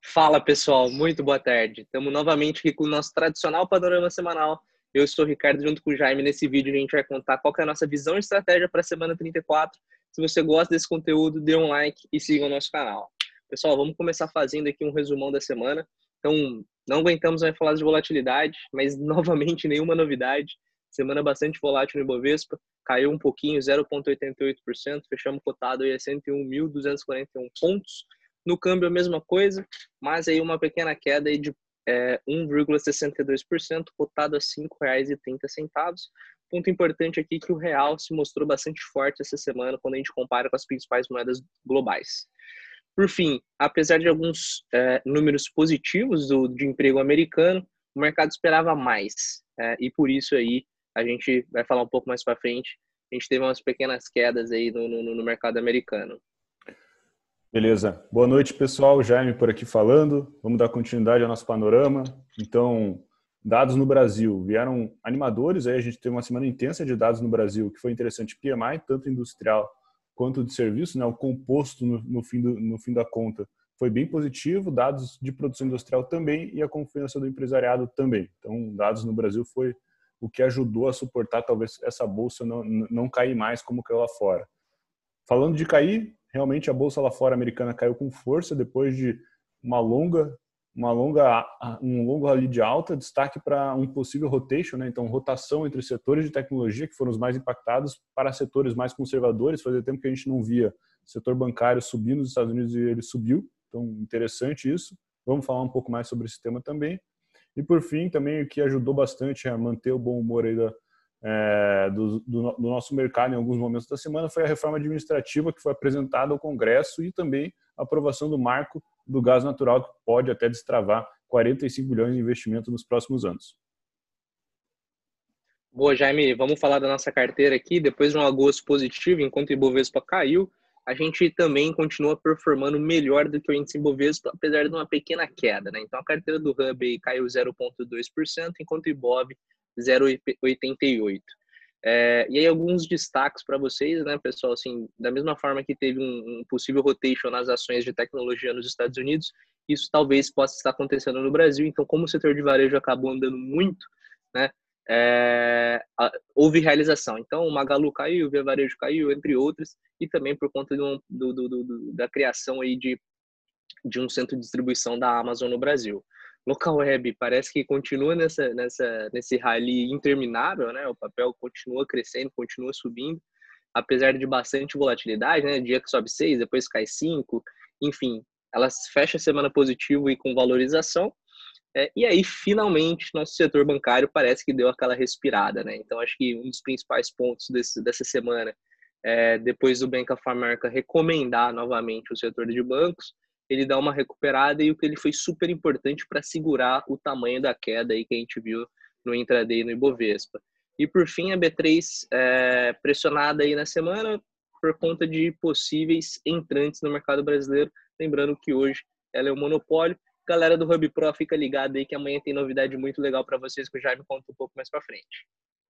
Fala pessoal, muito boa tarde. Estamos novamente aqui com o nosso tradicional panorama semanal. Eu sou o Ricardo, junto com o Jaime. Nesse vídeo a gente vai contar qual que é a nossa visão e estratégia para a semana 34. Se você gosta desse conteúdo, dê um like e siga o nosso canal. Pessoal, vamos começar fazendo aqui um resumão da semana. Então, não aguentamos mais falar de volatilidade, mas novamente nenhuma novidade. Semana bastante volátil no Ibovespa, caiu um pouquinho, 0,88%, fechamos cotado aí a 101.241 pontos. No câmbio a mesma coisa, mas aí uma pequena queda aí de 1,62%, cotado a R$ 5,30. Ponto importante aqui que o real se mostrou bastante forte essa semana quando a gente compara com as principais moedas globais. Por fim, apesar de alguns números positivos de emprego americano, o mercado esperava mais. E por isso aí, a gente vai falar um pouco mais para frente, a gente teve umas pequenas quedas aí no mercado americano. Beleza. Boa noite, pessoal. Jaime por aqui falando. Vamos dar continuidade ao nosso panorama. Então, dados no Brasil vieram animadores. Aí a gente teve uma semana intensa de dados no Brasil, que foi interessante. PMI, tanto industrial quanto de serviço, né? O composto no fim da conta foi bem positivo. Dados de produção industrial também e a confiança do empresariado também. Então, dados no Brasil foi o que ajudou a suportar talvez essa bolsa não cair mais como caiu lá fora. Falando de cair, realmente a bolsa lá fora americana caiu com força depois de um longo rally de alta, destaque para um possível rotation, né? Então rotação entre setores de tecnologia que foram os mais impactados para setores mais conservadores. Fazia tempo que a gente não via setor bancário subir nos Estados Unidos e ele subiu, então interessante isso. Vamos falar um pouco mais sobre esse tema também. E por fim, também o que ajudou bastante a manter o bom humor aí do nosso mercado em alguns momentos da semana foi a reforma administrativa que foi apresentada ao Congresso e também a aprovação do marco do gás natural, que pode até destravar 45 bilhões de investimento nos próximos anos. Boa, Jaime, vamos falar da nossa carteira aqui. Depois de um agosto positivo, enquanto o Ibovespa caiu, a gente também continua performando melhor do que o índice Ibovespa, apesar de uma pequena queda, né? Então a carteira do Hub aí caiu 0,2%, enquanto o Ibov 0,88%. E aí alguns destaques para vocês, né, pessoal? Assim, da mesma forma que teve um possível rotation nas ações de tecnologia nos Estados Unidos, isso talvez possa estar acontecendo no Brasil. Então, como o setor de varejo acabou andando muito, né, houve realização. Então, o Magalu caiu, o Via Varejo caiu, entre outros, e também por conta da criação aí de um centro de distribuição da Amazon no Brasil. Local Web parece que continua nesse rally interminável, né? O papel continua crescendo, continua subindo, apesar de bastante volatilidade, né? Dia que sobe 6, depois cai 5, enfim, ela fecha a semana positivo e com valorização. E aí, finalmente, nosso setor bancário parece que deu aquela respirada, né? Então, acho que um dos principais pontos dessa semana, depois do Bank of America recomendar novamente o setor de bancos, ele dá uma recuperada e o que ele foi super importante para segurar o tamanho da queda aí que a gente viu no intraday no Ibovespa. E, por fim, a B3 pressionada aí na semana por conta de possíveis entrantes no mercado brasileiro. Lembrando que hoje ela é um monopólio. Galera do Hub Pro, fica ligado aí que amanhã tem novidade muito legal para vocês que eu já me conto um pouco mais para frente.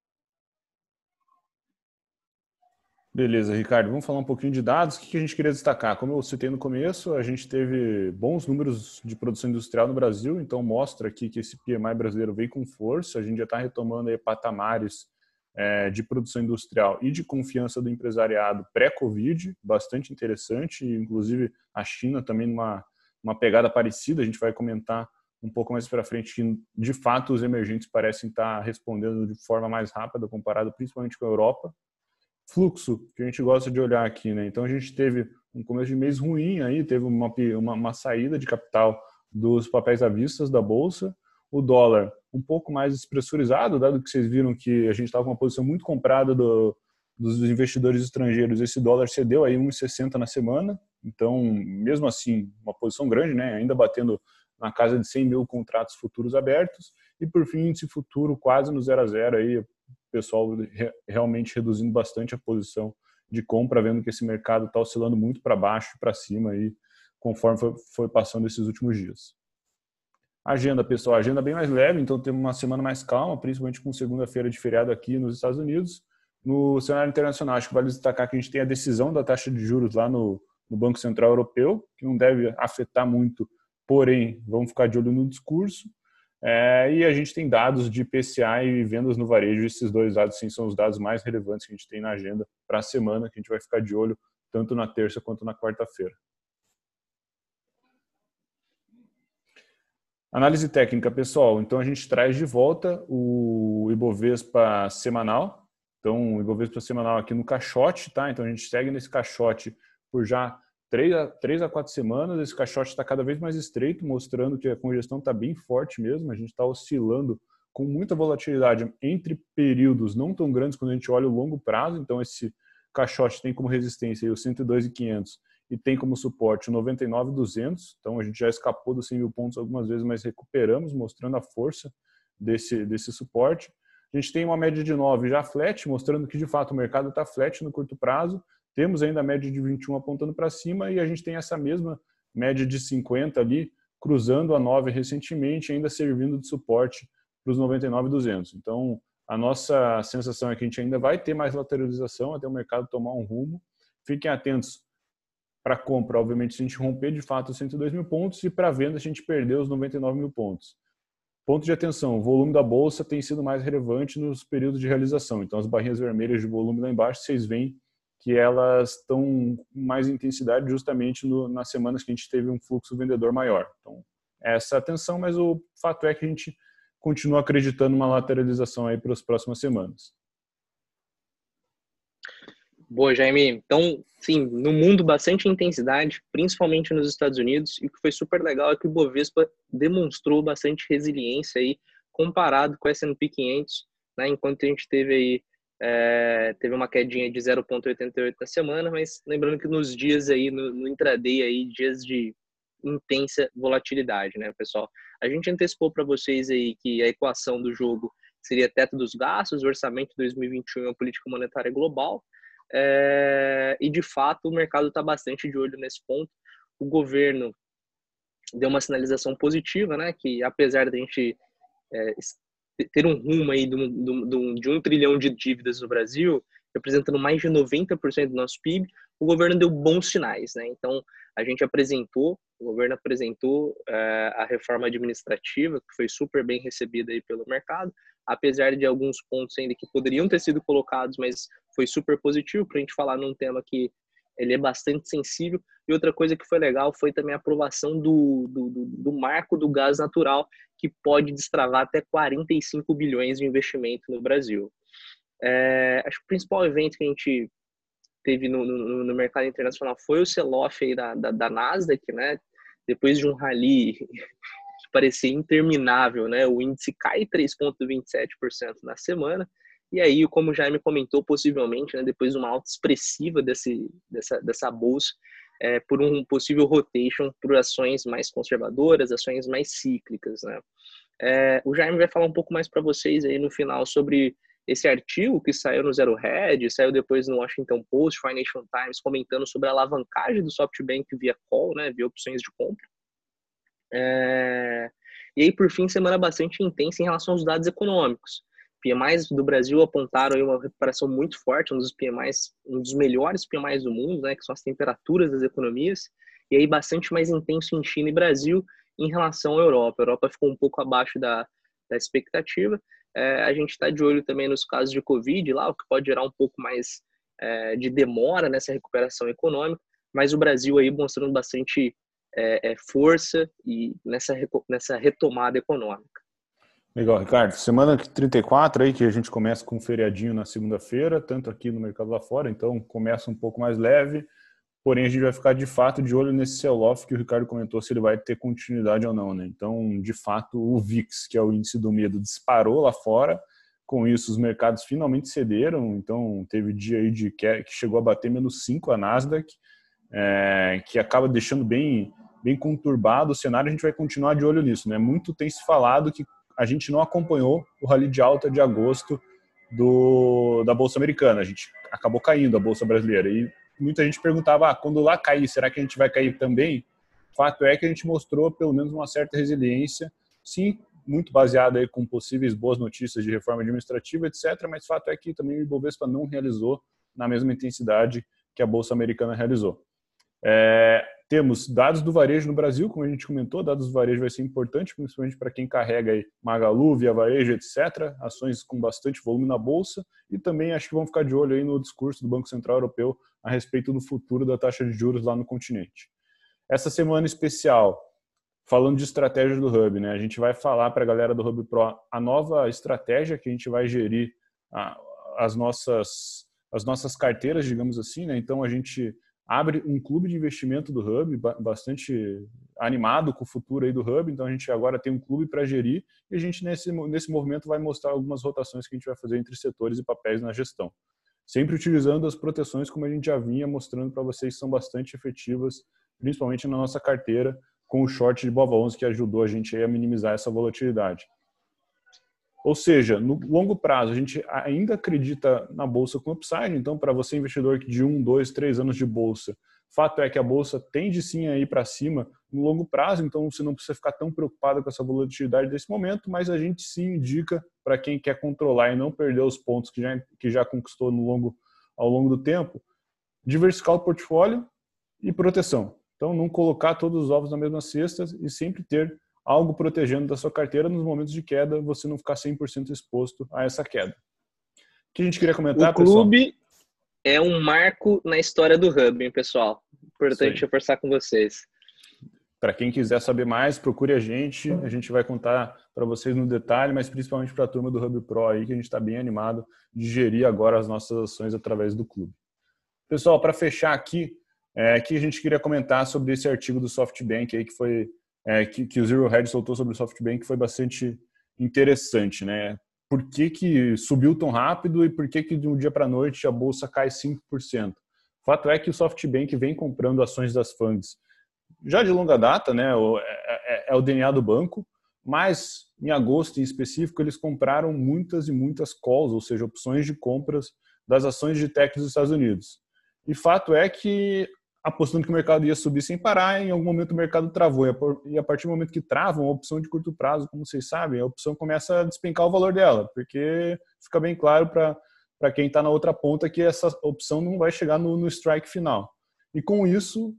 Beleza, Ricardo, vamos falar um pouquinho de dados. O que a gente queria destacar? Como eu citei no começo, a gente teve bons números de produção industrial no Brasil, então mostra aqui que esse PMI brasileiro vem com força. A gente já está retomando aí patamares de produção industrial e de confiança do empresariado pré-Covid, bastante interessante. Inclusive a China também numa pegada parecida. A gente vai comentar um pouco mais para frente que de fato os emergentes parecem estar respondendo de forma mais rápida comparado principalmente com a Europa. Fluxo, que a gente gosta de olhar aqui, né? Então a gente teve um começo de mês ruim aí, teve uma saída de capital dos papéis à vista da Bolsa, o dólar um pouco mais despressurizado, dado que vocês viram que a gente estava com uma posição muito comprada dos investidores estrangeiros, esse dólar cedeu aí 1,60 na semana, então mesmo assim uma posição grande, né? Ainda batendo na casa de 100 mil contratos futuros abertos, e por fim índice futuro quase no 0 a 0 aí, pessoal realmente reduzindo bastante a posição de compra, vendo que esse mercado está oscilando muito para baixo e para cima aí, conforme foi passando esses últimos dias. Agenda, pessoal, agenda bem mais leve, então temos uma semana mais calma, principalmente com segunda-feira de feriado aqui nos Estados Unidos. No cenário internacional, acho que vale destacar que a gente tem a decisão da taxa de juros lá no Banco Central Europeu, que não deve afetar muito porém, vamos ficar de olho no discurso. E a gente tem dados de IPCA e vendas no varejo. Esses dois dados, sim, são os dados mais relevantes que a gente tem na agenda para a semana, que a gente vai ficar de olho tanto na terça quanto na quarta-feira. Análise técnica, pessoal. Então, a gente traz de volta o Ibovespa semanal. Então, o Ibovespa semanal aqui no caixote, tá? Então, a gente segue nesse caixote por já 3 a 4 semanas. Esse caixote está cada vez mais estreito, mostrando que a congestão está bem forte mesmo. A gente está oscilando com muita volatilidade entre períodos não tão grandes quando a gente olha o longo prazo. Então, esse caixote tem como resistência aí, os 102.500 e tem como suporte o 99.200. Então, a gente já escapou dos 100 mil pontos algumas vezes, mas recuperamos, mostrando a força desse suporte. A gente tem uma média de 9 já flat, mostrando que, de fato, o mercado está flat no curto prazo. Temos ainda a média de 21 apontando para cima e a gente tem essa mesma média de 50 ali, cruzando a 9 recentemente, ainda servindo de suporte para os 99.200. Então, a nossa sensação é que a gente ainda vai ter mais lateralização até o mercado tomar um rumo. Fiquem atentos para compra, obviamente, se a gente romper de fato os 102 mil pontos, e para venda, se a gente perder os 99 mil pontos. Ponto de atenção, o volume da bolsa tem sido mais relevante nos períodos de realização. Então, as barrinhas vermelhas de volume lá embaixo, vocês veem que elas estão com mais intensidade justamente nas semanas que a gente teve um fluxo vendedor maior. Então, essa atenção, mas o fato é que a gente continua acreditando numa lateralização aí para as próximas semanas. Boa, Jaime. Então, sim, no mundo, bastante intensidade, principalmente nos Estados Unidos, e o que foi super legal é que o Bovespa demonstrou bastante resiliência aí, comparado com o S&P 500, né, enquanto a gente teve aí, teve uma quedinha de 0,88 na semana, mas lembrando que nos dias aí, no intraday aí, dias de intensa volatilidade, né, pessoal? A gente antecipou para vocês aí que a equação do jogo seria teto dos gastos, orçamento 2021 e uma política monetária global. E de fato o mercado está bastante de olho nesse ponto. O governo deu uma sinalização positiva, né, que apesar da gente ter um rumo aí de 1 trilhão de dívidas no Brasil, representando mais de 90% do nosso PIB, o governo deu bons sinais, né? Então o governo apresentou a reforma administrativa, que foi super bem recebida aí pelo mercado, apesar de alguns pontos ainda que poderiam ter sido colocados, mas foi super positivo para a gente falar num tema que ele é bastante sensível. E outra coisa que foi legal foi também a aprovação do marco do gás natural, que pode destravar até 45 bilhões de investimento no Brasil. Acho que o principal evento que a gente teve no mercado internacional foi o sell-off aí da Nasdaq, né? Depois de um rally que parecia interminável, né? O índice cai 3,27% na semana. E aí, como o Jaime comentou, possivelmente, né, depois de uma alta expressiva dessa bolsa, por um possível rotation por ações mais conservadoras, ações mais cíclicas, né? O Jaime vai falar um pouco mais para vocês aí no final sobre esse artigo que saiu no Zero Hedge, saiu depois no Washington Post, Financial Times, comentando sobre a alavancagem do SoftBank via call, né, via opções de compra. E aí, por fim, semana bastante intensa em relação aos dados econômicos. PMIs do Brasil apontaram aí uma recuperação muito forte, um dos melhores PMIs do mundo, né, que são as temperaturas das economias, e aí bastante mais intenso em China e Brasil em relação à Europa. A Europa ficou um pouco abaixo da expectativa. A gente está de olho também nos casos de Covid, lá, o que pode gerar um pouco mais de demora nessa recuperação econômica, mas o Brasil aí mostrando bastante força e nessa retomada econômica. Legal, Ricardo. Semana 34 aí, que a gente começa com um feriadinho na segunda-feira, tanto aqui no mercado lá fora, então começa um pouco mais leve, porém a gente vai ficar de fato de olho nesse sell-off que o Ricardo comentou, se ele vai ter continuidade ou não, né? Então, de fato, o VIX, que é o índice do medo, disparou lá fora. Com isso, os mercados finalmente cederam, então teve dia aí que chegou a bater -5 a Nasdaq, que acaba deixando bem conturbado o cenário. A gente vai continuar de olho nisso, né? Muito tem se falado que a gente não acompanhou o rally de alta de agosto da Bolsa Americana. A gente acabou caindo, a Bolsa Brasileira. E muita gente perguntava, quando lá cair, será que a gente vai cair também? Fato é que a gente mostrou pelo menos uma certa resiliência, sim, muito baseada aí com possíveis boas notícias de reforma administrativa, etc. Mas fato é que também o Ibovespa não realizou na mesma intensidade que a Bolsa Americana realizou. Temos dados do varejo no Brasil, como a gente comentou, dados do varejo vai ser importante, principalmente para quem carrega aí Magalu, Via Varejo, etc., ações com bastante volume na Bolsa, e também acho que vão ficar de olho aí no discurso do Banco Central Europeu a respeito do futuro da taxa de juros lá no continente. Essa semana especial, falando de estratégia do Hub, né, a gente vai falar para a galera do Hub Pro a nova estratégia que a gente vai gerir as nossas carteiras, digamos assim, né? Então a gente abre um clube de investimento do Hub, bastante animado com o futuro aí do Hub, então a gente agora tem um clube para gerir e a gente nesse movimento vai mostrar algumas rotações que a gente vai fazer entre setores e papéis na gestão. Sempre utilizando as proteções como a gente já vinha mostrando para vocês, são bastante efetivas, principalmente na nossa carteira, com o short de BOVA11 que ajudou a gente aí a minimizar essa volatilidade. Ou seja, no longo prazo, a gente ainda acredita na Bolsa com upside, então para você investidor de 1, 2, 3 anos de Bolsa, fato é que a Bolsa tende sim a ir para cima no longo prazo, então você não precisa ficar tão preocupado com essa volatilidade desse momento, mas a gente sim indica para quem quer controlar e não perder os pontos que já conquistou ao longo do tempo, diversificar o portfólio e proteção. Então não colocar todos os ovos na mesma cesta e sempre ter algo protegendo da sua carteira nos momentos de queda, você não ficar 100% exposto a essa queda. O que a gente queria comentar, pessoal? O clube é um marco na história do Hub, hein, pessoal? Importante reforçar com vocês. Para quem quiser saber mais, procure a gente vai contar para vocês no detalhe, mas principalmente para a turma do Hub Pro aí, que a gente está bem animado de gerir agora as nossas ações através do clube. Pessoal, para fechar aqui, que a gente queria comentar sobre esse artigo do SoftBank aí, que foi que o Zero Hedge soltou sobre o SoftBank, que foi bastante interessante, né? Por que subiu tão rápido e por que de um dia para a noite a bolsa cai 5%? O fato é que o SoftBank vem comprando ações das FANGs já de longa data, né? É o DNA do banco, mas em agosto em específico eles compraram muitas e muitas calls, ou seja, opções de compras das ações de tech dos Estados Unidos. E fato é que, apostando que o mercado ia subir sem parar, em algum momento o mercado travou. E a partir do momento que trava, uma opção de curto prazo, como vocês sabem, a opção começa a despencar o valor dela, porque fica bem claro para quem está na outra ponta que essa opção não vai chegar no strike final. E com isso,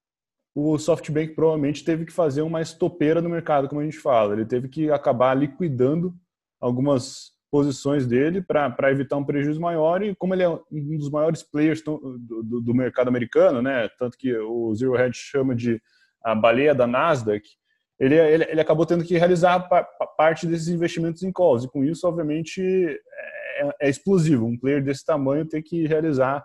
o SoftBank provavelmente teve que fazer uma estopeira no mercado, como a gente fala. Ele teve que acabar liquidando algumas posições dele para evitar um prejuízo maior, e como ele é um dos maiores players do mercado americano, né, tanto que o Zero Hedge chama de a baleia da Nasdaq, ele acabou tendo que realizar parte desses investimentos em calls, e com isso, obviamente, é explosivo. Um player desse tamanho ter que realizar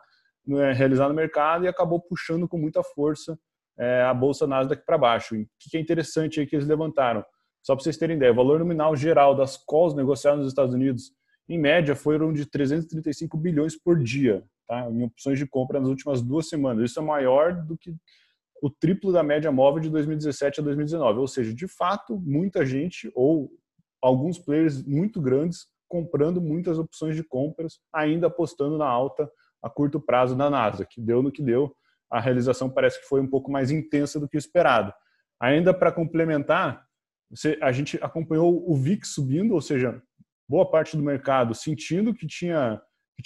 no mercado, e acabou puxando com muita força a bolsa Nasdaq para baixo. E o que é interessante aí que eles levantaram? Só para vocês terem ideia, o valor nominal geral das calls negociadas nos Estados Unidos, em média, foram de 335 bilhões por dia, tá? Em opções de compra nas últimas 2 semanas. Isso é maior do que o triplo da média móvel de 2017 a 2019. Ou seja, de fato, muita gente ou alguns players muito grandes comprando muitas opções de compras, ainda apostando na alta a curto prazo da Nasdaq. Deu no que deu. A realização parece que foi um pouco mais intensa do que o esperado. Ainda para complementar, a gente acompanhou o VIX subindo, ou seja, boa parte do mercado sentindo que tinha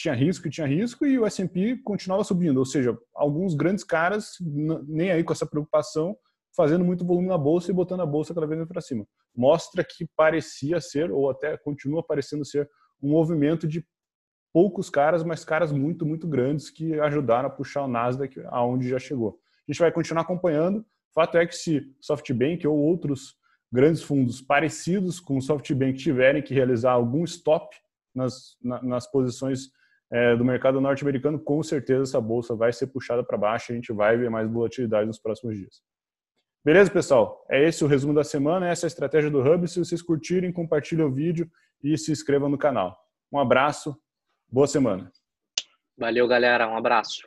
risco, e o S&P continuava subindo, ou seja, alguns grandes caras nem aí com essa preocupação, fazendo muito volume na bolsa e botando a bolsa cada vez mais para cima. Mostra que parecia ser, ou até continua parecendo ser, um movimento de poucos caras, mas caras muito, muito grandes que ajudaram a puxar o Nasdaq aonde já chegou. A gente vai continuar acompanhando. O fato é que se SoftBank ou outros grandes fundos parecidos com o SoftBank tiverem que realizar algum stop nas posições do mercado norte-americano, com certeza essa bolsa vai ser puxada para baixo e a gente vai ver mais volatilidade nos próximos dias. Beleza, pessoal? É esse o resumo da semana, essa é a estratégia do Hub. Se vocês curtirem, compartilhem o vídeo e se inscrevam no canal. Um abraço, boa semana. Valeu, galera. Um abraço.